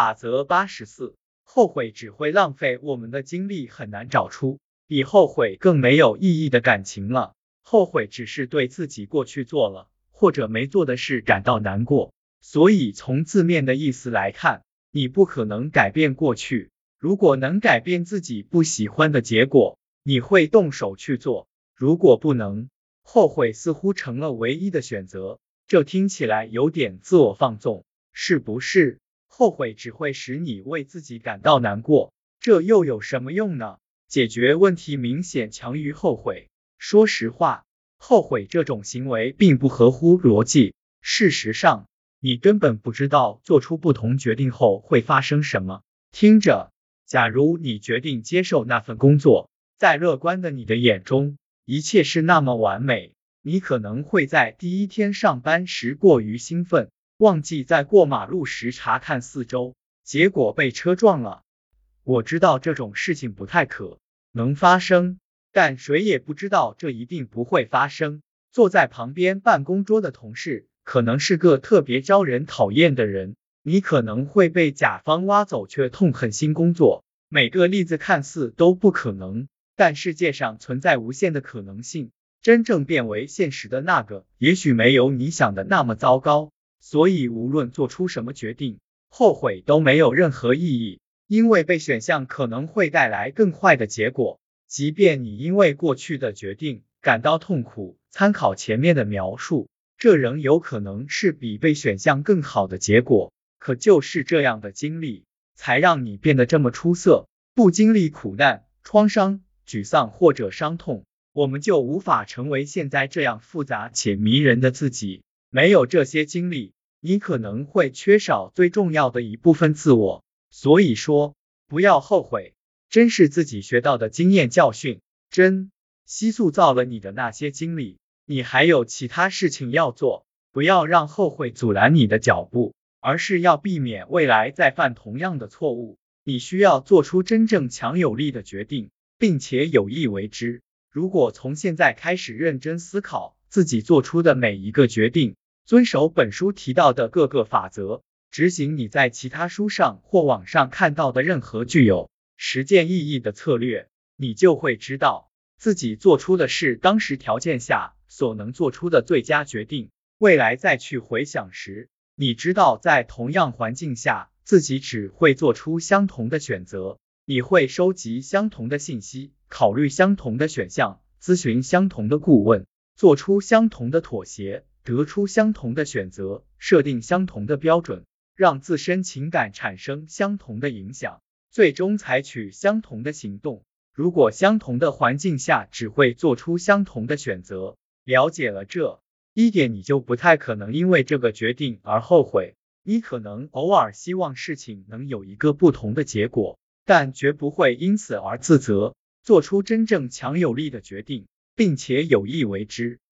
法则84，后悔只会浪费我们的精力，很难找出比后悔更没有意义的感情了。后悔只是对自己过去做了或者没做的事感到难过，所以从字面的意思来看，你不可能改变过去。如果能改变自己不喜欢的结果，你会动手去做；如果不能，后悔似乎成了唯一的选择。这听起来有点自我放纵，是不是？后悔只会使你为自己感到难过，这又有什么用呢？解决问题明显强于后悔。说实话，后悔这种行为并不合乎逻辑。事实上，你根本不知道做出不同决定后会发生什么。听着，假如你决定接受那份工作，在乐观的你的眼中，一切是那么完美，你可能会在第一天上班时过于兴奋，忘记在过马路时查看四周，结果被车撞了。我知道这种事情不太可能发生，但谁也不知道这一定不会发生。坐在旁边办公桌的同事可能是个特别招人讨厌的人，你可能会被甲方挖走，却痛恨新工作。每个例子看似都不可能，但世界上存在无限的可能性，真正变为现实的那个，也许没有你想的那么糟糕。所以无论做出什么决定，后悔都没有任何意义，因为被选项可能会带来更坏的结果。即便你因为过去的决定感到痛苦，参考前面的描述，这仍有可能是比被选项更好的结果。可就是这样的经历，才让你变得这么出色。不经历苦难、创伤、沮丧或者伤痛，我们就无法成为现在这样复杂且迷人的自己。没有这些经历，你可能会缺少最重要的一部分自我。所以说，不要后悔，珍视自己学到的经验教训，珍惜塑造了你的那些经历。你还有其他事情要做，不要让后悔阻拦你的脚步，而是要避免未来再犯同样的错误。你需要做出真正强有力的决定，并且有意为之。如果从现在开始认真思考自己做出的每一个决定，遵守本书提到的各个法则，执行你在其他书上或网上看到的任何具有实践意义的策略，你就会知道自己做出的是当时条件下所能做出的最佳决定。未来再去回想时，你知道在同样环境下，自己只会做出相同的选择。你会收集相同的信息，考虑相同的选项，咨询相同的顾问，做出相同的妥协，得出相同的选择，设定相同的标准，让自身情感产生相同的影响，最终采取相同的行动。如果相同的环境下只会做出相同的选择，了解了这一点，你就不太可能因为这个决定而后悔。你可能偶尔希望事情能有一个不同的结果，但绝不会因此而自责。做出真正强有力的决定，并且有意为之。